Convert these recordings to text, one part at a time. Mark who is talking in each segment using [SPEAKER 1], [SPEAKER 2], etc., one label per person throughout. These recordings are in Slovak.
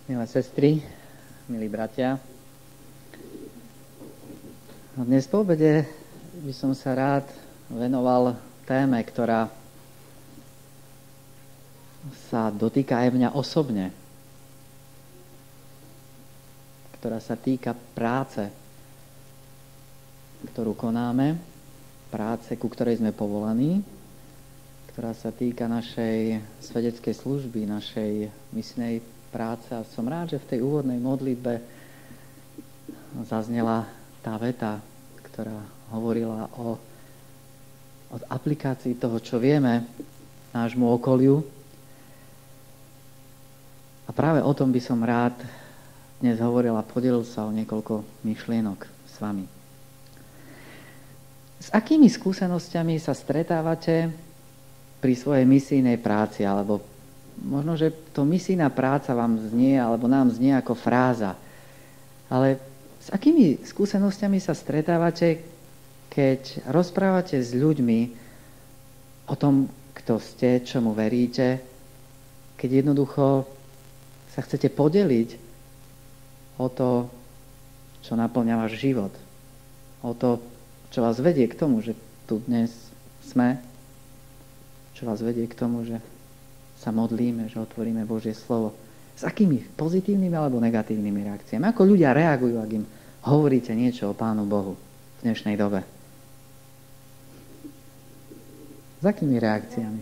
[SPEAKER 1] Milé sestry, milí bratia, dnes po obede by som sa rád venoval téme, ktorá sa dotýka aj mňa osobne, ktorá sa týka práce, ktorú konáme, práce, ku ktorej sme povolaní, ktorá sa týka našej svedeckej služby, našej misijnej práce. A som rád, že v tej úvodnej modlitbe zaznela tá veta, ktorá hovorila o aplikácii toho, čo vieme nášmu okoliu. A práve o tom by som rád dnes hovoril a podelil sa o niekoľko myšlienok s vami. S akými skúsenosťami sa stretávate pri svojej misijnej práci, alebo možno, že to misijná práca vám znie, alebo nám znie ako fráza. Ale s akými skúsenosťami sa stretávate, keď rozprávate s ľuďmi o tom, kto ste, čomu veríte, keď jednoducho sa chcete podeliť o to, čo naplňa váš život, o to, čo vás vedie k tomu, že tu dnes sme, čo vás vedie k tomu, že sa modlíme, že otvoríme Božie slovo. S akými pozitívnymi alebo negatívnymi reakciami? Ako ľudia reagujú, ak im hovoríte niečo o Pánu Bohu v dnešnej dobe? S akými reakciami?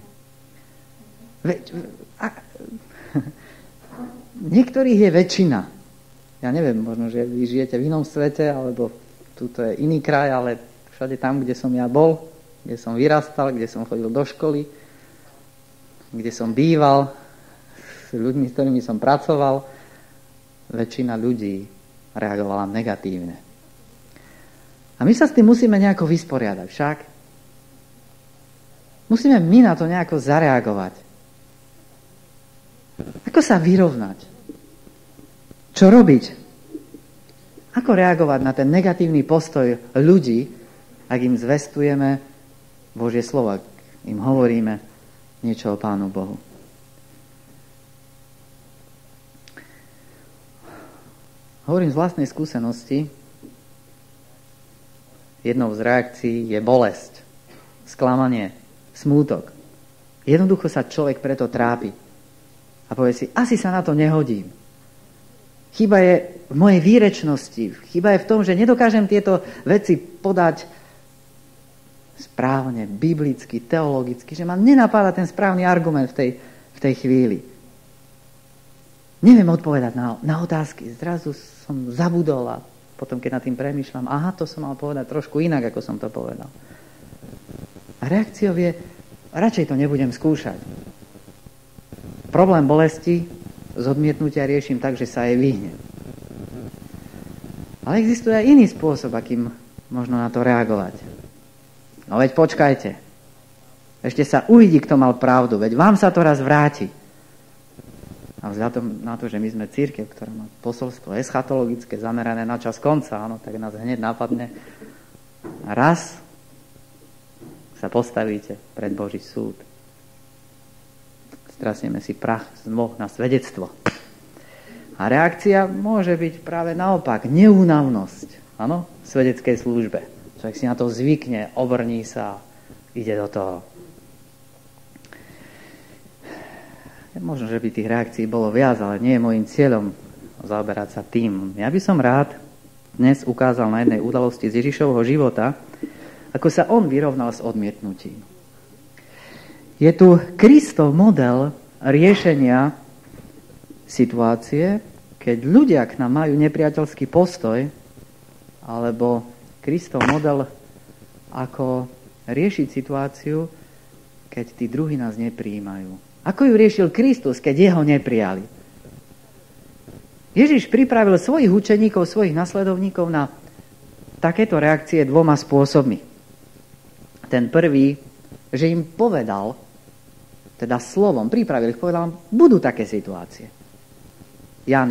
[SPEAKER 1] Niektorých je väčšina. Ja neviem, možno, že vy žijete v inom svete, alebo tuto je iný kraj, ale všade tam, kde som ja bol, kde som vyrastal, kde som chodil do školy, kde som býval, s ľuďmi, s ktorými som pracoval, väčšina ľudí reagovala negatívne. A my sa s tým musíme nejako vysporiadať, však? Musíme my na to nejako zareagovať. Ako sa vyrovnať? Čo robiť? Ako reagovať na ten negatívny postoj ľudí, ak im zvestujeme Božie slovo, ak im hovoríme niečo o Pánu Bohu. Hovorím z vlastnej skúsenosti. Jednou z reakcií je bolesť, sklamanie, smútok. Jednoducho sa človek preto trápi a povie si, asi sa na to nehodím. Chyba je v mojej výrečnosti, chyba je v tom, že nedokážem tieto veci podať správne, biblicky, teologicky, že ma nenapáda ten správny argument v tej chvíli. Neviem odpovedať na otázky. Zrazu som zabudol a potom, keď nad tým premýšľam, to som mal povedať trošku inak, ako som to povedal. A reakciou je, radšej to nebudem skúšať. Problém bolesti z odmietnutia riešim tak, že sa jej vyhnem. Ale existuje aj iný spôsob, akým možno na to reagovať. No veď počkajte. Ešte sa uvidí, kto mal pravdu. Veď vám sa to raz vráti. A vzhľadom na to, že my sme cirkev, ktorá má posolstvo eschatologické zamerané na čas konca, tak nás hneď napadne. A raz sa postavíte pred Boží súd. Strasieme si prach z nôh na svedectvo. A reakcia môže byť práve naopak. Neúnavnosť. Áno? V svedeckej službe. Človek si na to zvykne, obrní sa, ide do toho. Možno, že by tých reakcií bolo viac, ale nie je môjim cieľom zaoberať sa tým. Ja by som rád dnes ukázal na jednej udalosti z Ježišovho života, ako sa on vyrovnal s odmietnutím. Je tu Kristov model riešenia situácie, keď ľudia k nám majú nepriateľský postoj, alebo Kristov model, ako riešiť situáciu, keď tí druhí nás neprijímajú. Ako ju riešil Kristus, keď jeho neprijali? Ježiš pripravil svojich učeníkov, svojich nasledovníkov na takéto reakcie dvoma spôsobmi. Ten prvý, že im povedal, teda slovom, pripravil ich, povedal, budú také situácie. Ján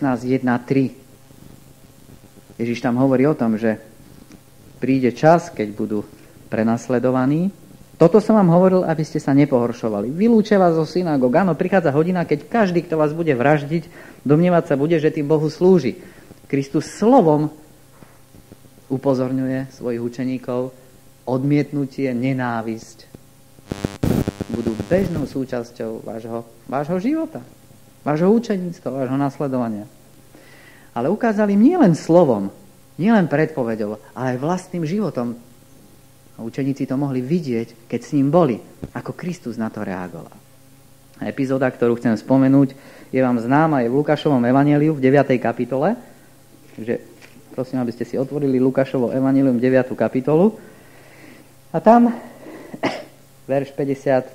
[SPEAKER 1] 16:1-3. Ježiš tam hovorí o tom, že príde čas, keď budú prenasledovaní Toto som vám hovoril, aby ste sa nepohoršovali. Vylúčia vás zo synagóg. Áno, prichádza hodina, keď každý, kto vás bude vraždiť, domnievať sa bude, že tým Bohu slúži. Kristus slovom upozorňuje svojich učeníkov, odmietnutie, nenávisť budú bežnou súčasťou vášho života, vášho učeníctva, vášho nasledovania. Ale ukázali im nielen slovom, nielen predpovedou, ale aj vlastným životom. A učeníci to mohli vidieť, keď s ním boli, ako Kristus na to reagoval. A epizóda, ktorú chcem spomenúť, je vám známa, je v Lukášovom evanjeliu v 9. kapitole. Takže prosím, aby ste si otvorili Lukášovo evanjelium 9. kapitolu. A tam verš 51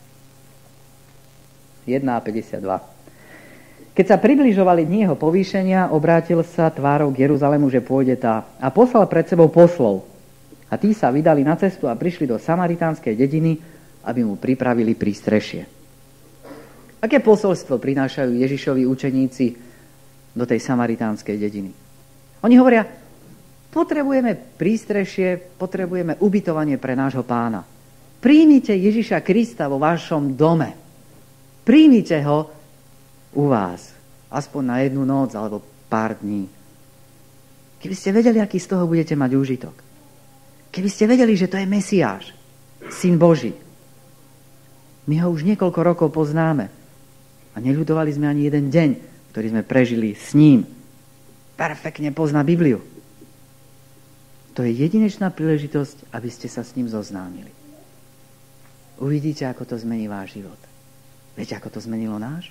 [SPEAKER 1] a 52. Keď sa približovali dni jeho povýšenia, obrátil sa tvárou k Jeruzalému, že pôjde tá, a poslal pred sebou poslov. A tí sa vydali na cestu a prišli do samaritánskej dediny, aby mu pripravili prístrešie. Aké posolstvo prinášajú Ježišovi učeníci do tej samaritánskej dediny? Oni hovoria, potrebujeme prístrešie, potrebujeme ubytovanie pre nášho pána. Príjmite Ježiša Krista vo vašom dome. Príjmite ho u vás. Aspoň na jednu noc alebo pár dní. Keby ste vedeli, aký z toho budete mať úžitok. Keby ste vedeli, že to je Mesiáš, Syn Boží. My ho už niekoľko rokov poznáme. A neľudovali sme ani jeden deň, ktorý sme prežili s ním. Perfektne pozná Bibliu. To je jedinečná príležitosť, aby ste sa s ním zoznámili. Uvidíte, ako to zmení váš život. Viete, ako to zmenilo náš?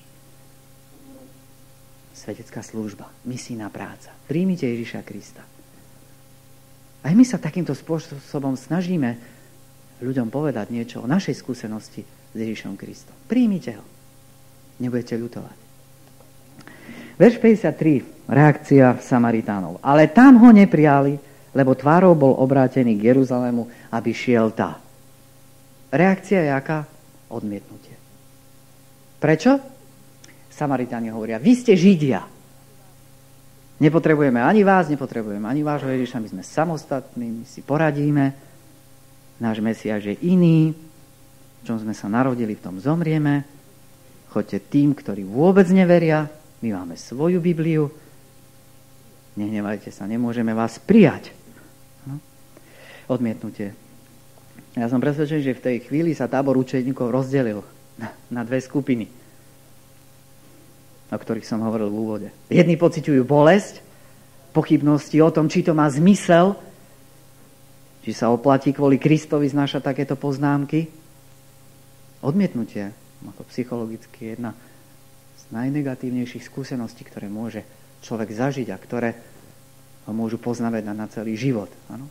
[SPEAKER 1] Svetecká služba, misijná práca. Príjmite Ježiša Krista. Aj my sa takýmto spôsobom snažíme ľuďom povedať niečo o našej skúsenosti s Ježišom Kristom. Príjmite ho. Nebudete ľutovať. Verš 53, reakcia Samaritánov. Ale tam ho neprijali, lebo tvárou bol obrátený k Jeruzalému, aby šiel tá. Reakcia je aká? Odmietnutie. Prečo? Samaritáni hovoria, vy ste Židia. Nepotrebujeme ani vás, nepotrebujeme ani vášho Ježiša, my sme samostatní, my si poradíme, náš Mesiáš je iný, v čom sme sa narodili, v tom zomrieme, choďte tým, ktorí vôbec neveria, my máme svoju Bibliu, nehnevajte sa, nemôžeme vás prijať. No. Odmietnutie. Ja som presvedčený, že v tej chvíli sa tábor učeníkov rozdelil na dve skupiny, o ktorých som hovoril v úvode. Jedni pociťujú bolesť, pochybnosti o tom, či to má zmysel, či sa oplatí kvôli Kristovi znášať takéto poznámky. Odmietnutie, ako psychologicky, jedna z najnegatívnejších skúseností, ktoré môže človek zažiť a ktoré ho môžu poznamenať na celý život. Ano?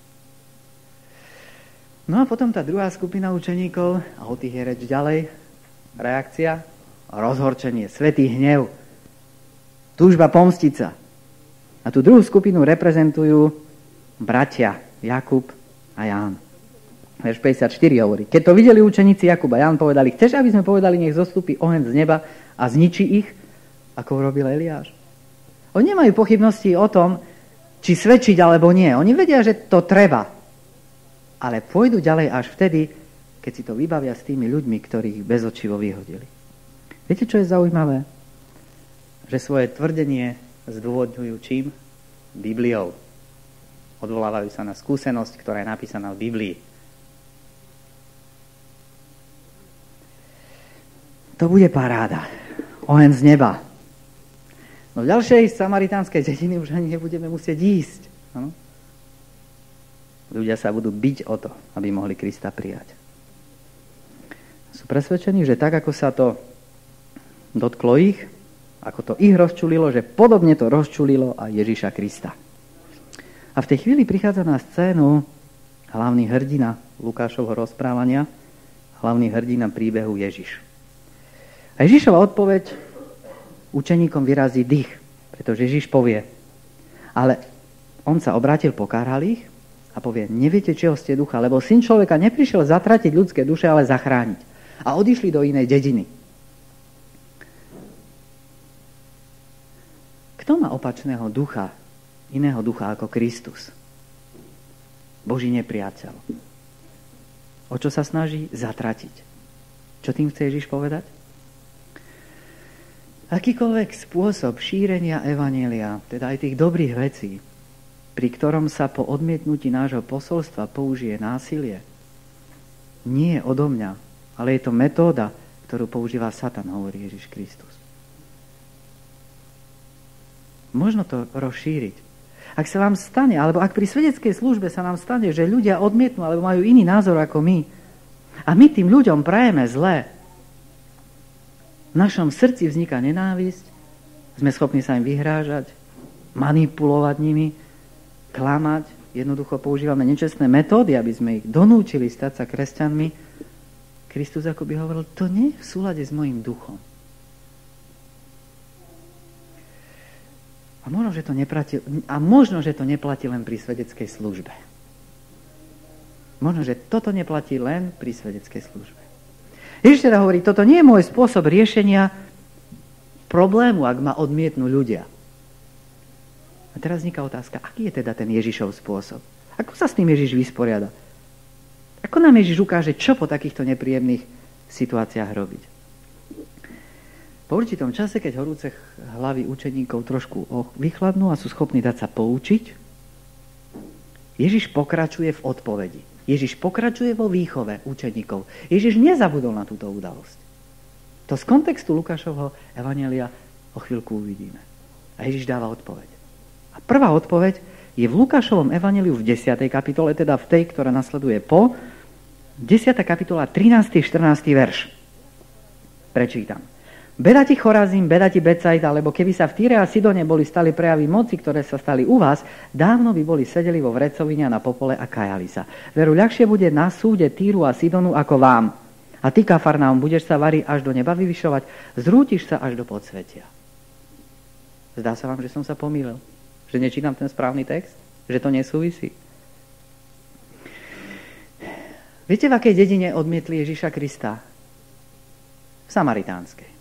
[SPEAKER 1] No a potom tá druhá skupina učeníkov, a o tých je reč ďalej, reakcia, rozhorčenie, svätý hnev, túžba pomstiť sa. A tú druhú skupinu reprezentujú bratia Jakub a Ján. Verš 54 hovorí. Keď to videli učeníci Jakub a Ján, povedali, chceš, aby sme povedali, nech zostúpi oheň z neba a zničí ich, ako urobil Eliáš? Oni nemajú pochybnosti o tom, či svedčiť alebo nie. Oni vedia, že to treba. Ale pôjdu ďalej až vtedy, keď si to vybavia s tými ľuďmi, ktorých bezočivo vyhodili. Viete, čo je zaujímavé? Že svoje tvrdenie zdôvodňujú čím? Bibliou. Odvolávajú sa na skúsenosť, ktorá je napísaná v Biblii. To bude paráda. Oheň z neba. No v ďalšej samaritánskej dediny už ani nebudeme musieť ísť. No? Ľudia sa budú biť o to, aby mohli Krista prijať. Sú presvedčení, že tak, ako sa to dotklo ich, ako to ich rozčulilo, že podobne to rozčulilo aj Ježiša Krista. A v tej chvíli prichádza na scénu hlavný hrdina Lukášovho rozprávania, hlavný hrdina príbehu Ježiš. A Ježišova odpoveď učeníkom vyrazí dých, pretože Ježiš povie, ale on sa obrátil, pokáral ich a povie, neviete, čeho ste ducha, lebo Syn človeka neprišiel zatratiť ľudské duše, ale zachrániť. A odišli do inej dediny. Kto má opačného ducha, iného ducha ako Kristus? Boží nepriateľ. O čo sa snaží? Zatratiť. Čo tým chce Ježiš povedať? Akýkoľvek spôsob šírenia evanjelia, teda aj tých dobrých vecí, pri ktorom sa po odmietnutí nášho posolstva použije násilie, nie je odo mňa, ale je to metóda, ktorú používa Satan, hovorí Ježiš Kristus. Možno to rozšíriť. Ak sa vám stane, alebo ak pri svedeckej službe sa nám stane, že ľudia odmietnú alebo majú iný názor ako my, a my tým ľuďom prajeme zlé, v našom srdci vzniká nenávisť, sme schopní sa im vyhrážať, manipulovať nimi, klamať, jednoducho používame nečestné metódy, aby sme ich donúčili stať sa kresťanmi. Kristus akoby hovoril, to nie je v súlade s mojím duchom. A možno, že to neplatí len pri svedeckej službe. Možno, že toto neplatí len pri svedeckej službe. Ježiš teda hovorí, toto nie je môj spôsob riešenia problému, ak ma odmietnú ľudia. A teraz vzniká otázka, aký je teda ten Ježišov spôsob? Ako sa s tým Ježiš vysporiada? Ako nám Ježiš ukáže, čo po takýchto nepríjemných situáciách robiť? Po určitom čase, keď horúce hlavy učeníkov trošku vychladnú a sú schopní dať sa poučiť, Ježiš pokračuje v odpovedi. Ježiš pokračuje vo výchove učeníkov. Ježiš nezabudol na túto udalosť. To z kontextu Lukášovho evanjelia o chvíľku uvidíme. A Ježiš dáva odpoveď. A prvá odpoveď je v Lukášovom evanjeliu v 10. kapitole, teda v tej, ktorá nasleduje po, 10. kapitola, 13. 14. verš. Prečítam. Beda ti Chorazím, beda ti Betsaida, lebo keby sa v Týre a Sidone boli stali prejavy moci, ktoré sa stali u vás, dávno by boli sedeli vo vrecovine na popole a kajali sa. Veru, ľahšie bude na súde Týru a Sidonu ako vám. A ty, Kafarnaum, budeš sa variť až do neba vyvyšovať, zrútiš sa až do podsvetia. Zdá sa vám, že som sa pomýlil? Že nečítam ten správny text? Že to nesúvisí? Viete, v akej dedine odmietli Ježiša Krista? V Samaritánskej.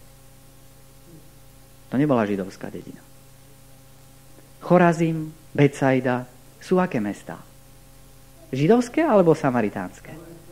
[SPEAKER 1] To nebola židovská dedina. Chorazím, Betsaida sú aké mestá? Židovské alebo samaritánske?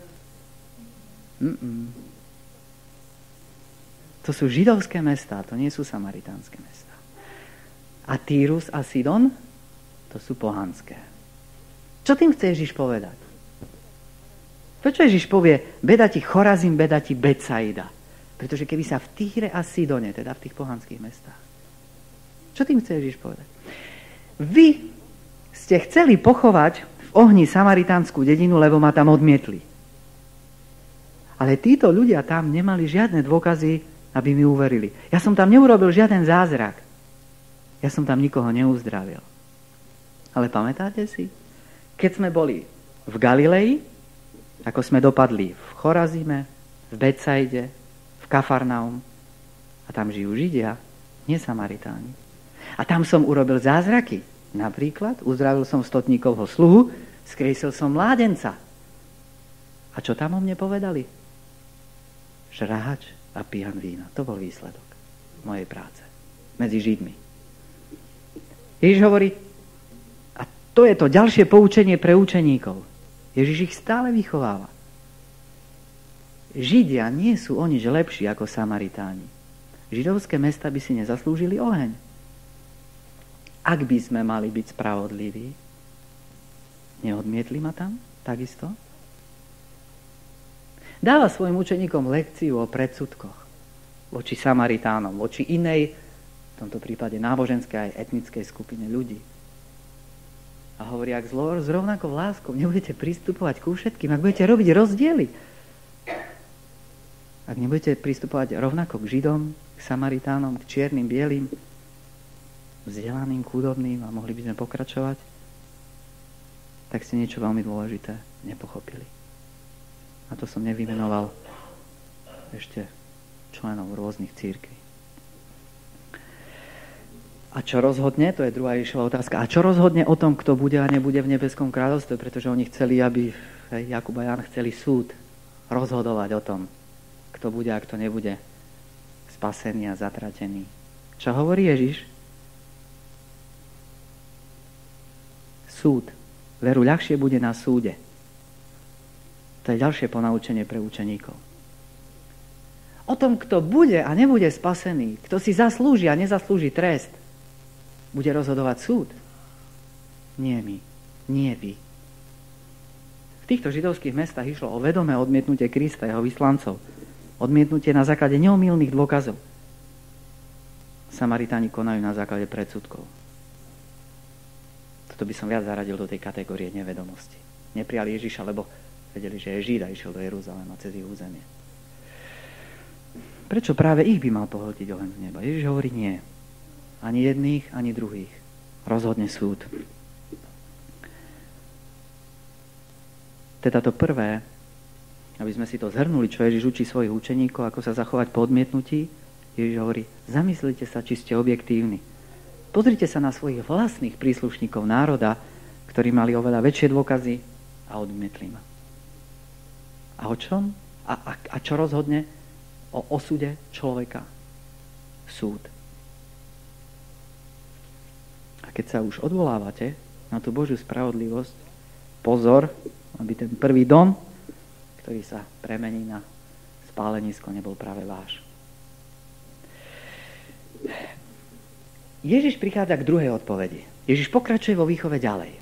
[SPEAKER 1] To sú židovské mestá, to nie sú samaritánske mestá. A Týrus a Sidon, to sú pohanské. Čo tým chce Ježiš povedať? Prečo Ježiš povie, beda ti Chorazím, beda ti Betsaida? Pretože keby sa v Týre a Sidone, teda v tých pohanských mestách. Čo tým chce Ježiš povedať? Vy ste chceli pochovať v ohni samaritánsku dedinu, lebo ma tam odmietli. Ale títo ľudia tam nemali žiadne dôkazy, aby mi uverili. Ja som tam neurobil žiaden zázrak. Ja som tam nikoho neuzdravil. Ale pamätáte si? Keď sme boli v Galilei, ako sme dopadli v Chorazime, v Betsaide, Kafarnaum. A tam žijú Židia, nie Samaritáni. A tam som urobil zázraky. Napríklad uzdravil som stotníkovho sluhu, skriesil som mládenca. A čo tam o mne povedali? Žráč a pijan vína. To bol výsledok mojej práce medzi Židmi. Ježiš hovorí, a to je to ďalšie poučenie pre učeníkov. Ježiš ich stále vychováva. Židia nie sú o nič lepší ako Samaritáni. Židovské mesta by si nezaslúžili oheň. Ak by sme mali byť spravodliví, neodmietli ma tam takisto? Dáva svojim učeníkom lekciu o predsudkoch voči Samaritánom, voči inej, v tomto prípade náboženskej aj etnickej skupine ľudí. A hovorí, ak s rovnakou láskou nebudete pristupovať ku všetkým, ak budete robiť rozdiely, ak nebudete pristupovať rovnako k Židom, k Samaritánom, k čiernym, bielým, vzdelaným, chudobným a mohli by sme pokračovať, tak ste niečo veľmi dôležité nepochopili. A to som nevymenoval ešte členov rôznych cirkví. A čo rozhodne, to je druhá Ježišova otázka, a čo rozhodne o tom, kto bude a nebude v nebeskom kráľovstve, pretože oni chceli, aby Jakub a Ján chceli súd rozhodovať o tom, kto bude a kto nebude spasený a zatratený. Čo hovorí Ježiš? Súd. Veru ľahšie bude na súde. To je ďalšie ponaučenie pre učeníkov. O tom, kto bude a nebude spasený, kto si zaslúži a nezaslúži trest, bude rozhodovať súd. Nie my, nie vy. V týchto židovských mestách išlo o vedomé odmietnutie Krista, jeho vyslancov. Odmietnutie na základe neomylných dôkazov. Samaritáni konajú na základe predsudkov. Toto by som viac zaradil do tej kategórie nevedomosti. Neprijali Ježiša, lebo vedeli, že je Žid a išiel do Jeruzalema cez ich územie. Prečo práve ich by mal pohltiť oheň z neba? Ježiš hovorí nie. Ani jedných, ani druhých. Rozhodne súd. Teda to prvé, aby sme si to zhrnuli, čo Ježiš učí svojich učeníkov, ako sa zachovať po odmietnutí, Ježiš hovorí, zamyslite sa, či ste objektívni. Pozrite sa na svojich vlastných príslušníkov národa, ktorí mali oveľa väčšie dôkazy a odmietli ma. A o čom? A čo rozhodne? O osude človeka. Súd. A keď sa už odvolávate na tú Božiu spravodlivosť, pozor, aby ten prvý dom, ktorý sa premení na spálenisko, nebol práve váš. Ježiš prichádza k druhej odpovedi. Ježiš pokračuje vo výchove ďalej.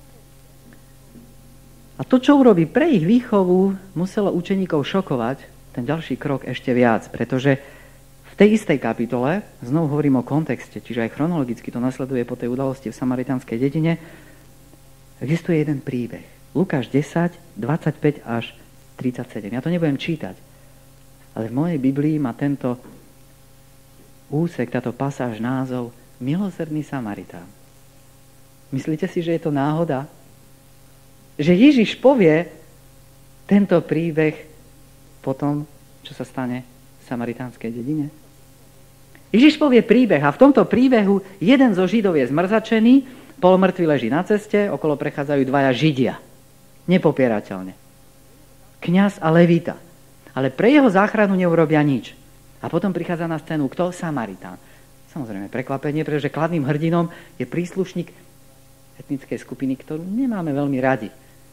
[SPEAKER 1] A to, čo urobí pre ich výchovu, muselo učeníkov šokovať, ten ďalší krok ešte viac, pretože v tej istej kapitole, znovu hovorím o kontexte, čiže aj chronologicky to nasleduje po tej udalosti v Samaritánskej dedine, existuje jeden príbeh. Lukáš 10, 25 až 37. Ja to nebudem čítať, ale v mojej Biblii má tento úsek, táto pasáž názov Milosrdný Samaritán. Myslíte si, že je to náhoda? Že Ježiš povie tento príbeh po tom, čo sa stane v Samaritánskej dedine? Ježiš povie príbeh a v tomto príbehu jeden zo Židov je zmrzačený, polomrtvý leží na ceste, okolo prechádzajú dvaja Židia. Nepopierateľne. Kňaz a Levita. Ale pre jeho záchranu neurobia nič. A potom prichádza na scénu kto? Samaritán. Samozrejme prekvapenie, pretože kladným hrdinom je príslušník etnickej skupiny, ktorú nemáme veľmi radi.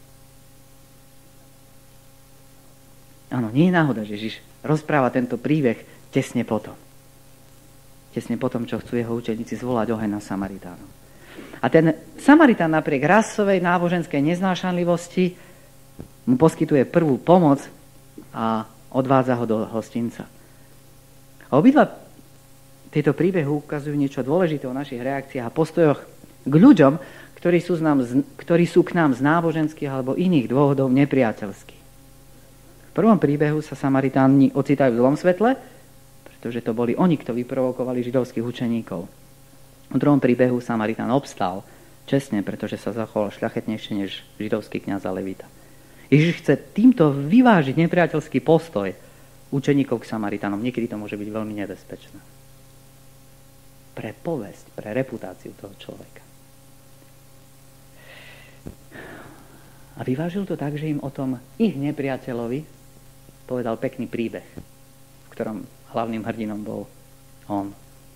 [SPEAKER 1] Áno, nie je náhoda, že Ježiš rozpráva tento príbeh tesne potom. Tesne potom, čo chcú jeho učeníci zvolať oheň na Samaritánov. A ten Samaritán napriek rasovej, náboženskej neznášanlivosti mu poskytuje prvú pomoc a odvádza ho do hostinca. A obidva tieto príbehu ukazujú niečo dôležité o našich reakciách a postojoch k ľuďom, ktorí sú k nám z náboženských alebo iných dôvodov nepriateľskí. V prvom príbehu sa Samaritáni ocitajú v zlom svetle, pretože to boli oni, kto vyprovokovali židovských učeníkov. V druhom príbehu Samaritán obstál čestne, pretože sa zachoval šľachetnejšie než židovský kňaz a levita. Ježiš chce týmto vyvážiť nepriateľský postoj učeníkov k Samaritánom. Niekedy to môže byť veľmi nebezpečné. Pre povesť, pre reputáciu toho človeka. A vyvážil to tak, že im o tom ich nepriateľovi povedal pekný príbeh, v ktorom hlavným hrdinom bol on.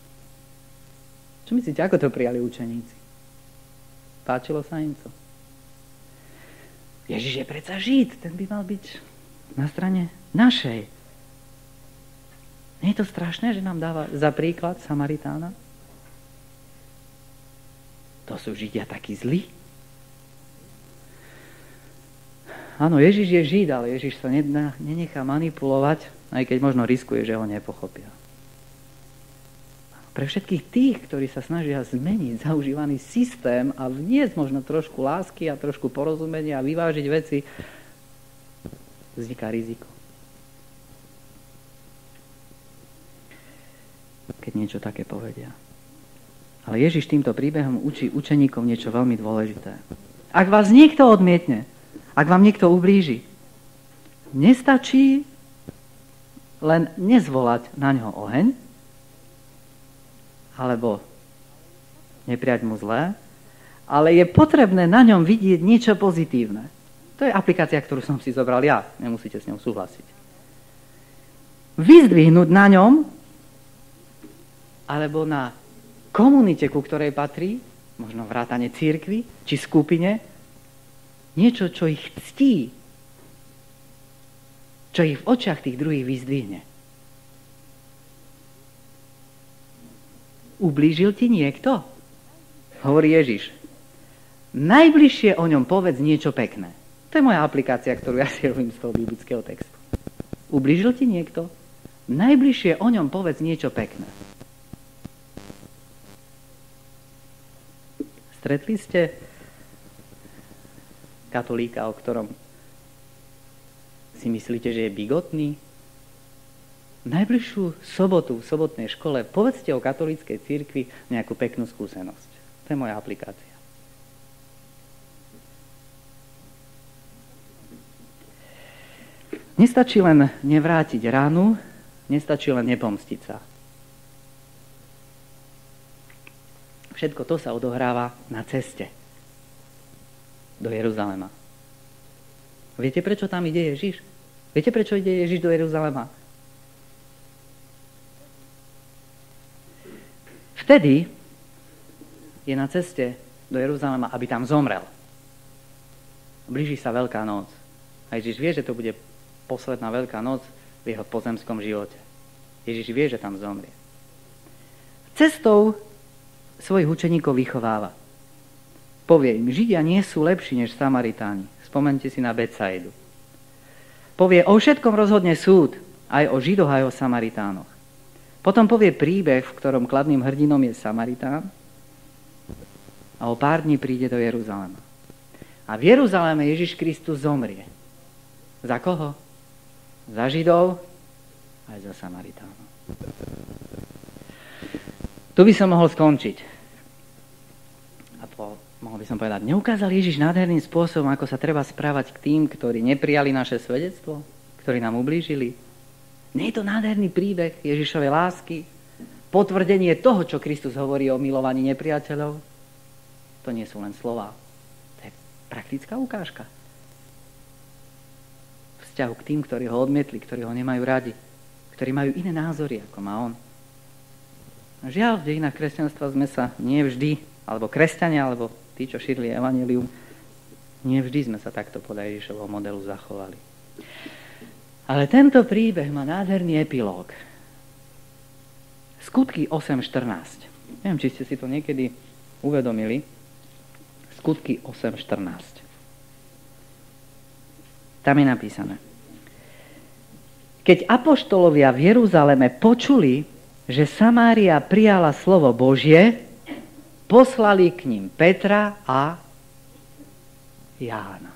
[SPEAKER 1] Čo myslíte, ako to prijali učeníci? Páčilo sa im to? Ježiš je predsa Žid, ten by mal byť na strane našej. Nie je to strašné, že nám dáva za príklad Samaritána? To sú Židia takí zlí? Áno, Ježiš je Žid, ale Ježiš sa nenechá manipulovať, aj keď možno riskuje, že ho nepochopia. Pre všetkých tých, ktorí sa snažia zmeniť zaužívaný systém a vniesť možno trošku lásky a trošku porozumenia a vyvážiť veci, vzniká riziko. Keď niečo také povedia. Ale Ježiš týmto príbehom učí učeníkov niečo veľmi dôležité. Ak vás niekto odmietne, ak vám niekto ublíži, nestačí len nezvolať na ňo oheň, alebo nepriať mu zlé, ale je potrebné na ňom vidieť niečo pozitívne. To je aplikácia, ktorú som si zobral ja. Nemusíte s ňou súhlasiť. Vyzdvihnúť na ňom, alebo na komunite, ku ktorej patrí, možno vrátane cirkvi, či skupine, niečo, čo ich ctí, čo ich v očiach tých druhých vyzdvihne. Ublížil ti niekto? Hovorí Ježiš. Najbližšie o ňom povedz niečo pekné. To je moja aplikácia, ktorú ja si robím z toho biblického textu. Ublížil ti niekto? Najbližšie o ňom povedz niečo pekné. Stretli ste katolíka, o ktorom si myslíte, že je bigotný? Najbližšiu sobotu v sobotnej škole povedzte o katolíckej cirkvi nejakú peknú skúsenosť. To je moja aplikácia. Nestačí len nevrátiť ránu, nestačí len nepomstiť sa. Všetko to sa odohráva na ceste do Jeruzalema. Viete, prečo tam ide Ježiš? Viete, prečo ide Ježiš do Jeruzalema? Vtedy je na ceste do Jeruzalema, aby tam zomrel. Blíži sa Veľká noc. A Ježiš vie, že to bude posledná Veľká noc v jeho pozemskom živote. Ježiš vie, že tam zomrie. Cestou svojich učeníkov vychováva. Povie im, Židia nie sú lepší než Samaritáni. Spomente si na Betsaidu. Povie, o všetkom rozhodne súd, aj o Židoch, aj o Samaritánoch. Potom povie príbeh, v ktorom kladným hrdinom je Samaritán a o pár dní príde do Jeruzalema. A v Jeruzaleme Ježiš Kristus zomrie. Za koho? Za Židov aj za Samaritánov. Tu by som mohol skončiť. A mohol by som povedať, neukázal Ježiš nádherným spôsobom, ako sa treba správať k tým, ktorí neprijali naše svedectvo, ktorí nám ublížili. Nie je to nádherný príbeh Ježišovej lásky, potvrdenie toho, čo Kristus hovorí o milovaní nepriateľov? To nie sú len slová. To je praktická ukážka. Vzťahu k tým, ktorí ho odmietli, ktorí ho nemajú radi, ktorí majú iné názory, ako má on. Žiaľ, v dejinách kresťanstva sme sa nie vždy, alebo kresťania, alebo tí, čo šírili evanjelium, nie vždy sme sa takto podľa Ježišovho modelu zachovali. Ale tento príbeh má nádherný epilóg. Skutky 8.14. Neviem, či ste si to niekedy uvedomili. Skutky 8.14. Tam je napísané. Keď apoštolovia v Jeruzaleme počuli, že Samária prijala slovo Božie, poslali k ním Petra a Jána.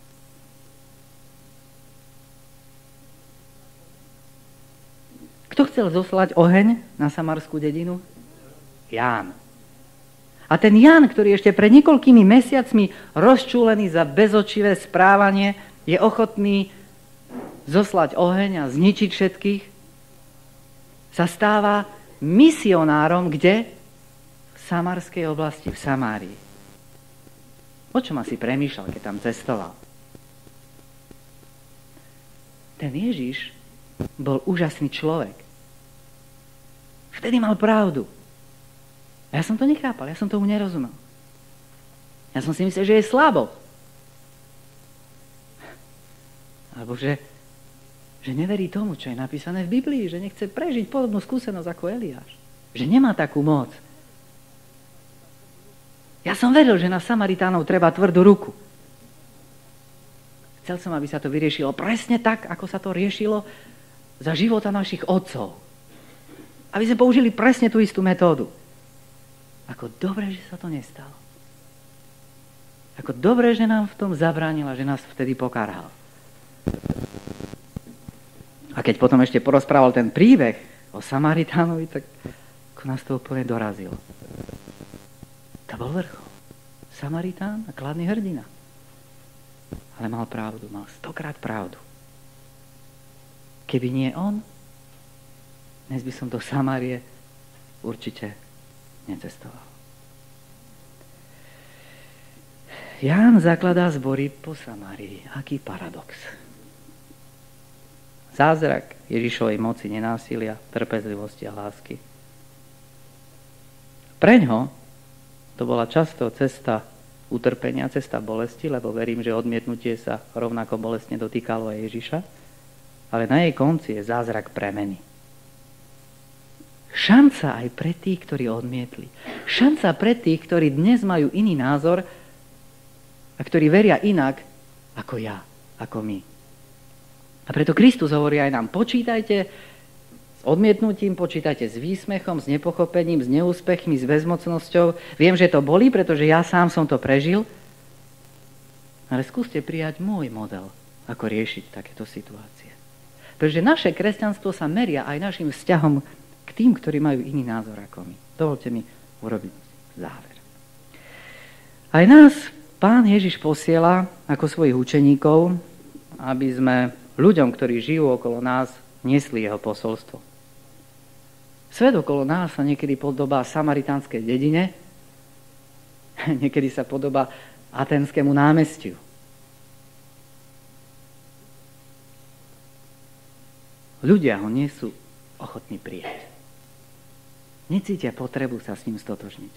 [SPEAKER 1] Kto chcel zoslať oheň na samarskú dedinu? Ján. A ten Ján, ktorý ešte pred niekoľkými mesiacmi rozčúlený za bezočivé správanie, je ochotný zoslať oheň a zničiť všetkých, sa stáva misionárom kde? V samarskej oblasti, v Samárii. O čom asi premýšľal, keď tam cestoval? Ten Ježiš bol úžasný človek. Vtedy mal pravdu. A ja som to nechápal, ja som tomu nerozumel. Ja som si myslel, že je slabo. Alebo že neverí tomu, čo je napísané v Biblii, že nechce prežiť podobnú skúsenosť ako Eliáš. Že nemá takú moc. Ja som veril, že na Samaritánov treba tvrdú ruku. Chcel som, aby sa to vyriešilo presne tak, ako sa to riešilo za života našich otcov. Aby sme použili presne tú istú metódu. Ako dobre, že sa to nestalo. Ako dobre, že nám v tom zabránil a že nás vtedy pokarhal. A keď potom ešte porozprával ten príbeh o Samaritánovi, tak ako nás to úplne dorazilo. To bol vrchol. Samaritán a kladný hrdina. Ale mal pravdu, mal 100-krát pravdu. Keby nie on, dnes by som do Samárie určite necestoval. Ján zakladá zbory po Samárii. Aký paradox. Zázrak Ježišovej moci, nenásilia, trpezlivosti a lásky. Preňho to bola často cesta utrpenia, cesta bolesti, lebo verím, že odmietnutie sa rovnako bolestne dotýkalo aj Ježiša. ale na jej konci je zázrak premeny. Šanca aj pre tých, ktorí odmietli. Šanca pre tých, ktorí dnes majú iný názor a ktorí veria inak ako ja, ako my. A preto Kristus hovorí aj nám, počítajte s odmietnutím, počítajte s výsmechom, s nepochopením, s neúspechmi, s bezmocnosťou. Viem, že to bolí, pretože ja sám som to prežil, ale skúste prijať môj model, ako riešiť takéto situácie. Pretože naše kresťanstvo sa meria aj našim vzťahom k tým, ktorí majú iný názor ako my. Dovolte mi urobiť záver. Aj nás Pán Ježiš posiela ako svojich učeníkov, aby sme ľuďom, ktorí žijú okolo nás, niesli jeho posolstvo. Svet okolo nás sa niekedy podobá samaritánskej dedine, niekedy sa podobá Atenskému námestiu. Ľudia ho nie sú ochotní prijať. Necítia potrebu sa s ním stotožniť.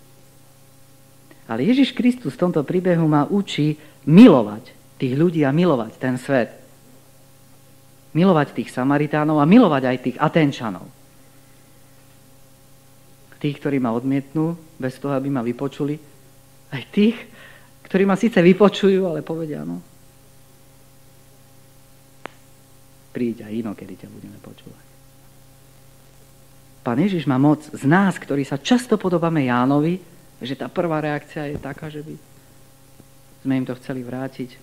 [SPEAKER 1] Ale Ježiš Kristus v tomto príbehu ma učí milovať tých ľudí a milovať ten svet. Milovať tých Samaritánov a milovať aj tých Atenčanov. Tých, ktorí ma odmietnú, bez toho, aby ma vypočuli. Aj tých, ktorí ma síce vypočujú, ale povedia, no, príď aj inokedy ťa budeme počúvať. Pán Ježiš má moc z nás, ktorí sa často podobáme Jánovi, že tá prvá reakcia je taká, že by sme im to chceli vrátiť.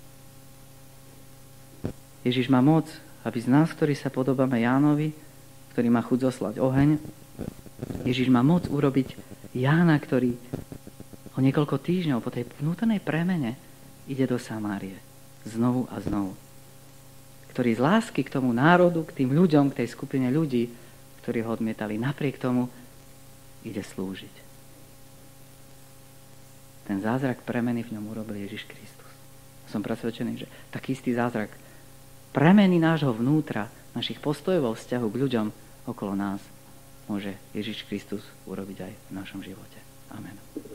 [SPEAKER 1] Ježiš má moc, aby z nás, ktorí sa podobáme Jánovi, ktorý má chuť zoslať oheň, Ježiš má moc urobiť Jána, ktorý o niekoľko týždňov po tej vnútornej premene ide do Samárie. Znovu a znovu. Ktorý z lásky k tomu národu, k tým ľuďom, k tej skupine ľudí, ktorí ho odmietali, napriek tomu ide slúžiť. Ten zázrak premeny v ňom urobil Ježiš Kristus. Som presvedčený, že taký istý zázrak premeny nášho vnútra, našich postojov vzťahu k ľuďom okolo nás môže Ježiš Kristus urobiť aj v našom živote. Amen.